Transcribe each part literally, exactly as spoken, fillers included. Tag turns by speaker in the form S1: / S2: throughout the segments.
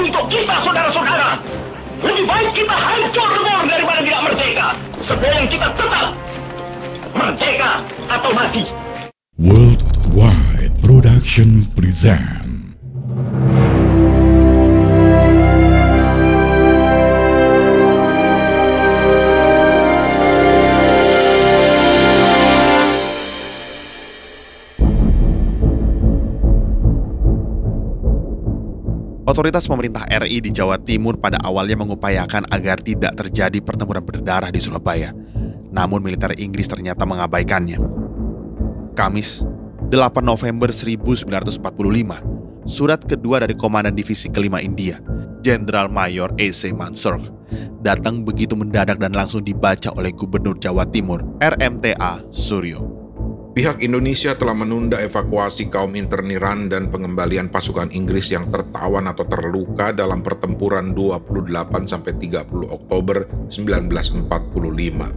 S1: untuk kita, saudara-saudara. Lebih baik kita hancur lebur daripada tidak merdeka. Sebelum kita tetap merdeka atau mati.
S2: Worldwide Production present.
S3: Otoritas pemerintah R I di Jawa Timur pada awalnya mengupayakan agar tidak terjadi pertempuran berdarah di Surabaya. Namun militer Inggris ternyata mengabaikannya. Kamis, delapan November seribu sembilan ratus empat puluh lima, surat kedua dari Komandan Divisi Kelima India, Jenderal Mayor A C Mansur, datang begitu mendadak dan langsung dibaca oleh Gubernur Jawa Timur, R M T A Suryo.
S4: Pihak Indonesia telah menunda evakuasi kaum interniran dan pengembalian pasukan Inggris yang tertawan atau terluka dalam pertempuran dua puluh delapan sampai tiga puluh Oktober seribu sembilan ratus empat puluh lima.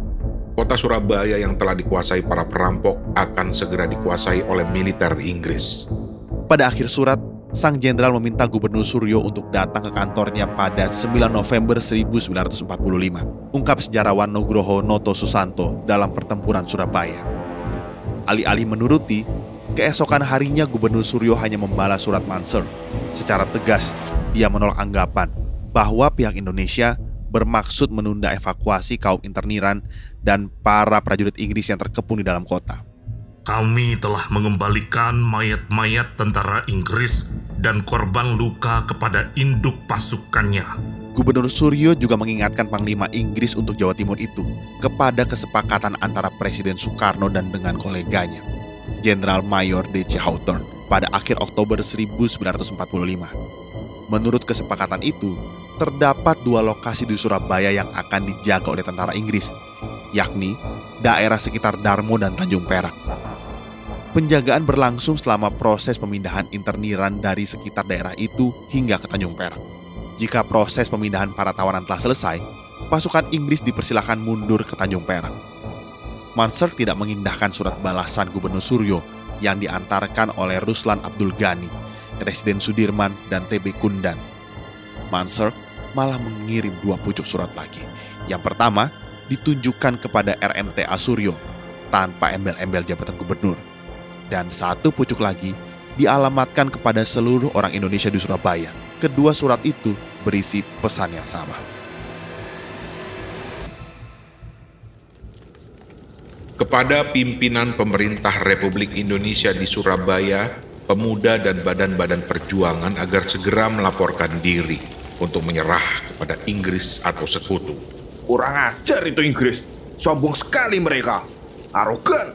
S4: Kota Surabaya yang telah dikuasai para perampok akan segera dikuasai oleh militer Inggris.
S3: Pada akhir surat, sang jenderal meminta Gubernur Suryo untuk datang ke kantornya pada sembilan November seribu sembilan ratus empat puluh lima, ungkap sejarawan Nugroho Noto Susanto dalam pertempuran Surabaya. Alih-alih menuruti, keesokan harinya Gubernur Suryo hanya membalas surat Mansur. Secara tegas, dia menolak anggapan bahwa pihak Indonesia bermaksud menunda evakuasi kaum interniran dan para prajurit Inggris yang terkepung di dalam kota.
S5: Kami telah mengembalikan mayat-mayat tentara Inggris dan korban luka kepada induk pasukannya.
S3: Gubernur Suryo juga mengingatkan Panglima Inggris untuk Jawa Timur itu kepada kesepakatan antara Presiden Soekarno dan dengan koleganya, Jenderal Mayor D C Hawthorne, pada akhir Oktober seribu sembilan ratus empat puluh lima. Menurut kesepakatan itu, terdapat dua lokasi di Surabaya yang akan dijaga oleh tentara Inggris, yakni daerah sekitar Darmo dan Tanjung Perak. Penjagaan berlangsung selama proses pemindahan interniran dari sekitar daerah itu hingga ke Tanjung Perak. Jika proses pemindahan para tawanan telah selesai, pasukan Inggris dipersilakan mundur ke Tanjung Perak. Mansur tidak mengindahkan surat balasan Gubernur Suryo yang diantarkan oleh Ruslan Abdul Ghani, Presiden Sudirman, dan T B Kundan. Mansur malah mengirim dua pucuk surat lagi. Yang pertama ditunjukkan kepada R M T A Suryo tanpa embel-embel jabatan gubernur. Dan satu pucuk lagi dialamatkan kepada seluruh orang Indonesia di Surabaya. Kedua surat itu berisi pesan yang sama.
S4: Kepada pimpinan pemerintah Republik Indonesia di Surabaya, pemuda dan badan-badan perjuangan agar segera melaporkan diri untuk menyerah kepada Inggris atau sekutu.
S6: Kurang ajar itu Inggris, sombong sekali mereka, arogan.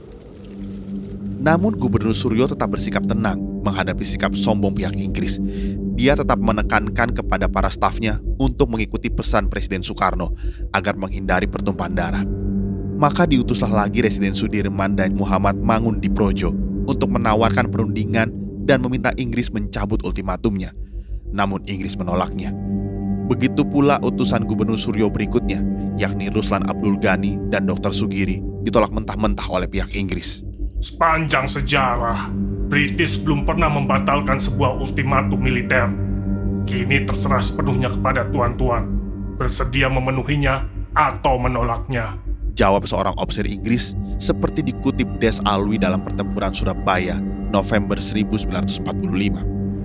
S3: Namun Gubernur Suryo tetap bersikap tenang menghadapi sikap sombong pihak Inggris. Dia tetap menekankan kepada para stafnya untuk mengikuti pesan Presiden Soekarno agar menghindari pertumpahan darah. Maka diutuslah lagi Residen Sudirman dan Muhammad Mangundiprojo untuk menawarkan perundingan dan meminta Inggris mencabut ultimatumnya. Namun Inggris menolaknya. Begitu pula utusan Gubernur Suryo berikutnya, yakni Ruslan Abdul Ghani dan Dokter Sugiri, ditolak mentah-mentah oleh pihak Inggris.
S5: Sepanjang sejarah, British belum pernah membatalkan sebuah ultimatum militer. Kini terserah sepenuhnya kepada tuan-tuan, bersedia memenuhinya atau menolaknya.
S3: Jawab seorang officer Inggris seperti dikutip Des Alwi dalam pertempuran Surabaya, November seribu sembilan ratus empat puluh lima.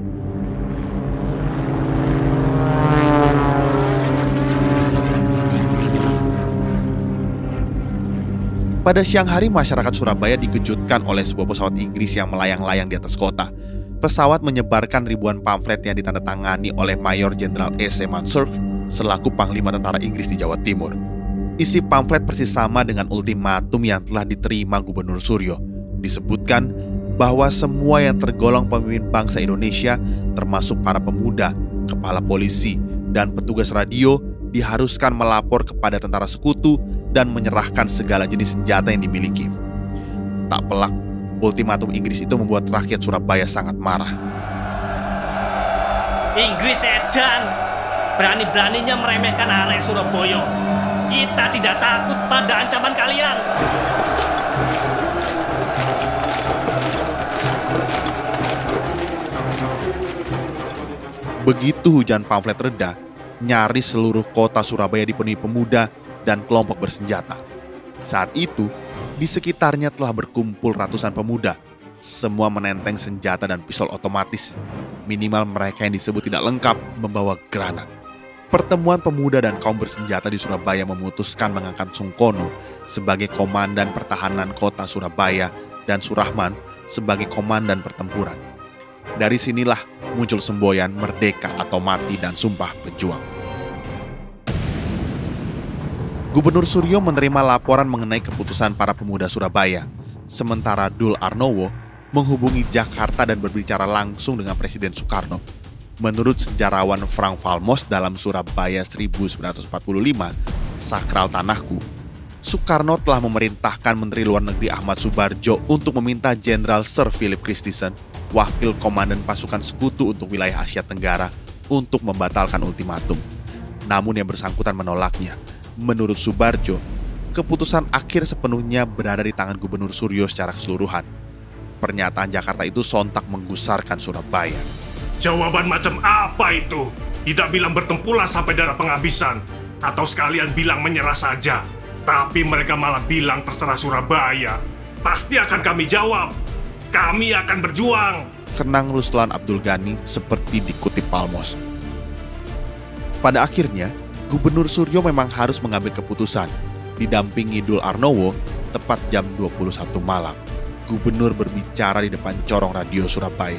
S3: Pada siang hari, masyarakat Surabaya dikejutkan oleh sebuah pesawat Inggris yang melayang-layang di atas kota. Pesawat menyebarkan ribuan pamflet yang ditandatangani oleh Mayor Jenderal A C Mansur selaku Panglima Tentara Inggris di Jawa Timur. Isi pamflet persis sama dengan ultimatum yang telah diterima Gubernur Suryo. Disebutkan bahwa semua yang tergolong pemimpin bangsa Indonesia, termasuk para pemuda, kepala polisi, dan petugas radio, diharuskan melapor kepada tentara sekutu dan menyerahkan segala jenis senjata yang dimiliki. Tak pelak, ultimatum Inggris itu membuat rakyat Surabaya sangat marah.
S7: Inggris edan, berani-beraninya meremehkan arek Surabaya. Kita tidak takut pada ancaman kalian.
S3: Begitu hujan pamflet reda, nyaris seluruh kota Surabaya dipenuhi pemuda dan kelompok bersenjata. Saat itu, di sekitarnya telah berkumpul ratusan pemuda. Semua menenteng senjata dan pistol otomatis. Minimal mereka yang disebut tidak lengkap membawa granat. Pertemuan pemuda dan kaum bersenjata di Surabaya memutuskan mengangkat Sungkono sebagai komandan pertahanan kota Surabaya dan Surahman sebagai komandan pertempuran. Dari sinilah muncul semboyan merdeka atau mati dan sumpah pejuang. Gubernur Suryo menerima laporan mengenai keputusan para pemuda Surabaya, sementara Dul Arnowo menghubungi Jakarta dan berbicara langsung dengan Presiden Soekarno. Menurut sejarawan Frank Falmos dalam Surabaya seribu sembilan ratus empat puluh lima, Sakral Tanahku, Soekarno telah memerintahkan Menteri Luar Negeri Ahmad Subarjo untuk meminta Jenderal Sir Philip Christison, wakil komandan pasukan sekutu untuk wilayah Asia Tenggara, untuk membatalkan ultimatum. Namun yang bersangkutan menolaknya. Menurut Subarjo, keputusan akhir sepenuhnya berada di tangan Gubernur Suryo secara keseluruhan. Pernyataan Jakarta itu sontak menggusarkan Surabaya.
S5: Jawaban macam apa itu? Tidak bilang bertempurlah sampai darah penghabisan, atau sekalian bilang menyerah saja. Tapi mereka malah bilang terserah Surabaya. Pasti akan kami jawab. Kami akan berjuang.
S3: Kenang Ruslan Abdul Ghani seperti dikutip Palmos. Pada akhirnya, Gubernur Suryo memang harus mengambil keputusan. Didampingi Dul Arnowo, tepat jam dua puluh satu malam. Gubernur berbicara di depan corong radio Surabaya.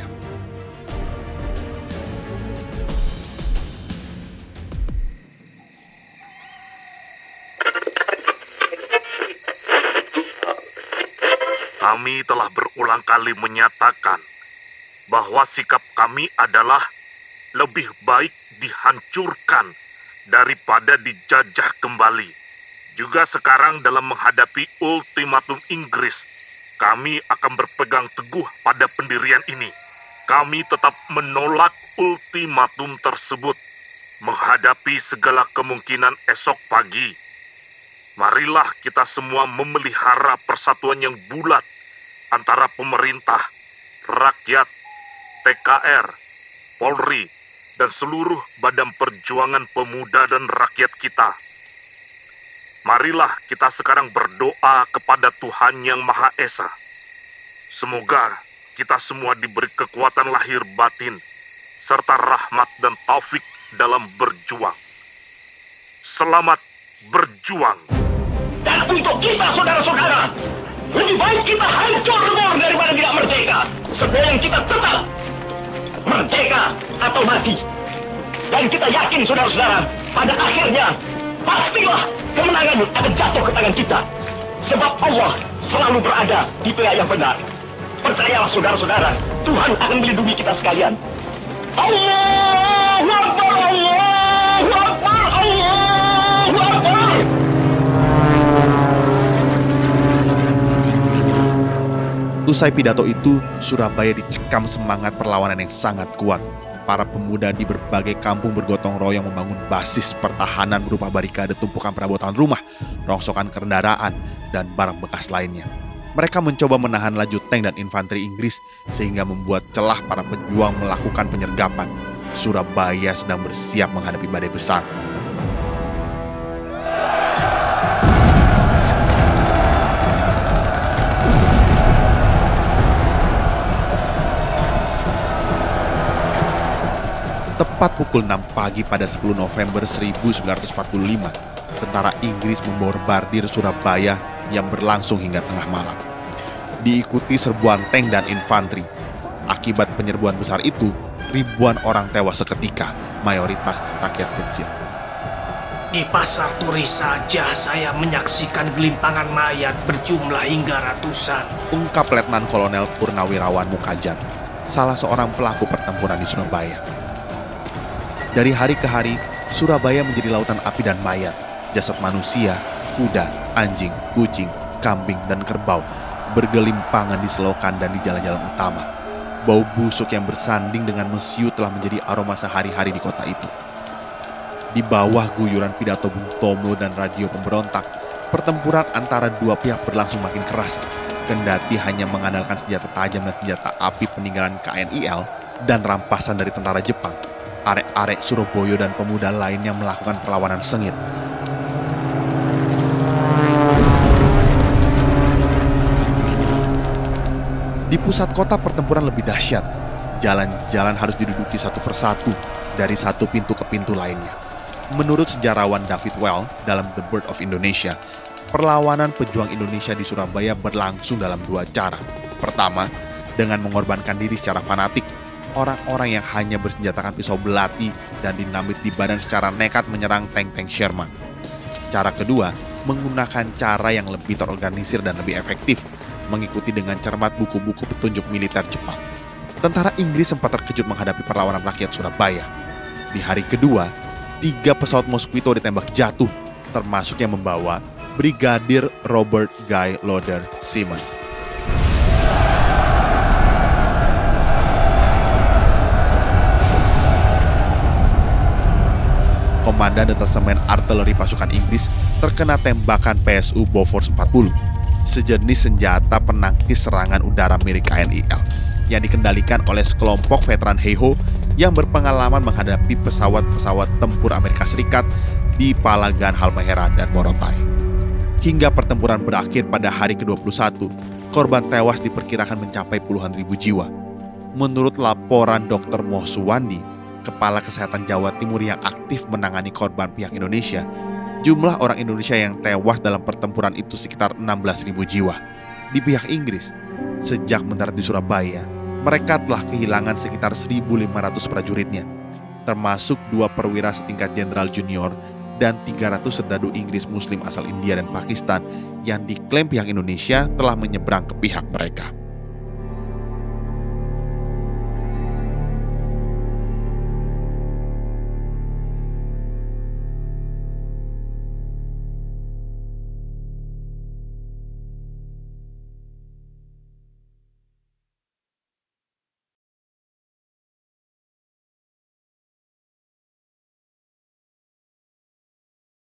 S8: Kami telah berulang kali menyatakan bahwa sikap kami adalah lebih baik dihancurkan daripada dijajah kembali. Juga sekarang dalam menghadapi ultimatum Inggris, kami akan berpegang teguh pada pendirian ini. Kami tetap menolak ultimatum tersebut. Menghadapi segala kemungkinan esok pagi, marilah kita semua memelihara persatuan yang bulat antara pemerintah, rakyat, T K R, Polri, dan seluruh badan perjuangan pemuda dan rakyat kita. Marilah kita sekarang berdoa kepada Tuhan Yang Maha Esa. Semoga kita semua diberi kekuatan lahir batin, serta rahmat dan taufik dalam berjuang. Selamat berjuang.
S1: Dan untuk kita, saudara-saudara, lebih baik kita hancur lebur daripada tidak merdeka. Sebelum kita tetap merdeka atau mati. Dan kita yakin, saudara-saudara, pada akhirnya pastilah kemenangan akan jatuh ke tangan kita. Sebab Allah selalu berada di pihak yang benar. Percayalah, saudara-saudara, Tuhan akan melindungi kita sekalian. Allahu Akbar, Allahu Akbar, Allahu Akbar.
S3: Usai pidato itu, Surabaya dicekam semangat perlawanan yang sangat kuat. Para pemuda di berbagai kampung bergotong royong membangun basis pertahanan berupa barikade tumpukan perabotan rumah, rongsokan kendaraan, dan barang bekas lainnya. Mereka mencoba menahan laju tank dan infanteri Inggris sehingga membuat celah para pejuang melakukan penyergapan. Surabaya sedang bersiap menghadapi badai besar. Tepat pukul enam pagi pada sepuluh November seribu sembilan ratus empat puluh lima, tentara Inggris membombardir Surabaya yang berlangsung hingga tengah malam. Diikuti serbuan tank dan infanteri. Akibat penyerbuan besar itu, ribuan orang tewas seketika, mayoritas rakyat kecil.
S7: Di pasar Turi saja saya menyaksikan gelimpangan mayat berjumlah hingga ratusan.
S3: Ungkap Letnan Kolonel Purnawirawan Mukajat, salah seorang pelaku pertempuran di Surabaya. Dari hari ke hari, Surabaya menjadi lautan api dan mayat. Jasad manusia, kuda, anjing, kucing, kambing, dan kerbau bergelimpangan di selokan dan di jalan-jalan utama. Bau busuk yang bersanding dengan mesiu telah menjadi aroma sehari-hari di kota itu. Di bawah guyuran pidato Bung Tomo dan radio pemberontak, pertempuran antara dua pihak berlangsung makin keras. Kendati hanya mengandalkan senjata tajam dan senjata api peninggalan K N I L dan rampasan dari tentara Jepang, Arek-arek Surabaya dan pemuda lainnya melakukan perlawanan sengit. Di pusat kota pertempuran lebih dahsyat. Jalan-jalan harus diduduki satu persatu dari satu pintu ke pintu lainnya. Menurut sejarawan David Well dalam The Birth of Indonesia, perlawanan pejuang Indonesia di Surabaya berlangsung dalam dua cara. Pertama, dengan mengorbankan diri secara fanatik. Orang-orang yang hanya bersenjatakan pisau belati dan dinamit di badan secara nekat menyerang tank-tank Sherman. Cara kedua, menggunakan cara yang lebih terorganisir dan lebih efektif, mengikuti dengan cermat buku-buku petunjuk militer Jepang. Tentara Inggris sempat terkejut menghadapi perlawanan rakyat Surabaya. Di hari kedua, tiga pesawat Mosquito ditembak jatuh, termasuk yang membawa Brigadir Robert Guy Loder Simmons. Komandan Detasemen Artileri Pasukan Inggris terkena tembakan P S U Bofors empat puluh, sejenis senjata penangkis serangan udara milik K N I L yang dikendalikan oleh sekelompok veteran Heiho yang berpengalaman menghadapi pesawat-pesawat tempur Amerika Serikat di Palagan, Halmahera, dan Morotai. Hingga pertempuran berakhir pada hari ke dua puluh satu, korban tewas diperkirakan mencapai puluhan ribu jiwa. Menurut laporan dokter Moh Suwandi, Kepala Kesehatan Jawa Timur yang aktif menangani korban pihak Indonesia, jumlah orang Indonesia yang tewas dalam pertempuran itu sekitar enam belas ribu jiwa. Di pihak Inggris, sejak mendarat di Surabaya, mereka telah kehilangan sekitar seribu lima ratus prajuritnya, termasuk dua perwira setingkat jenderal junior dan tiga ratus serdadu Inggris Muslim asal India dan Pakistan yang diklaim pihak Indonesia telah menyeberang ke pihak mereka.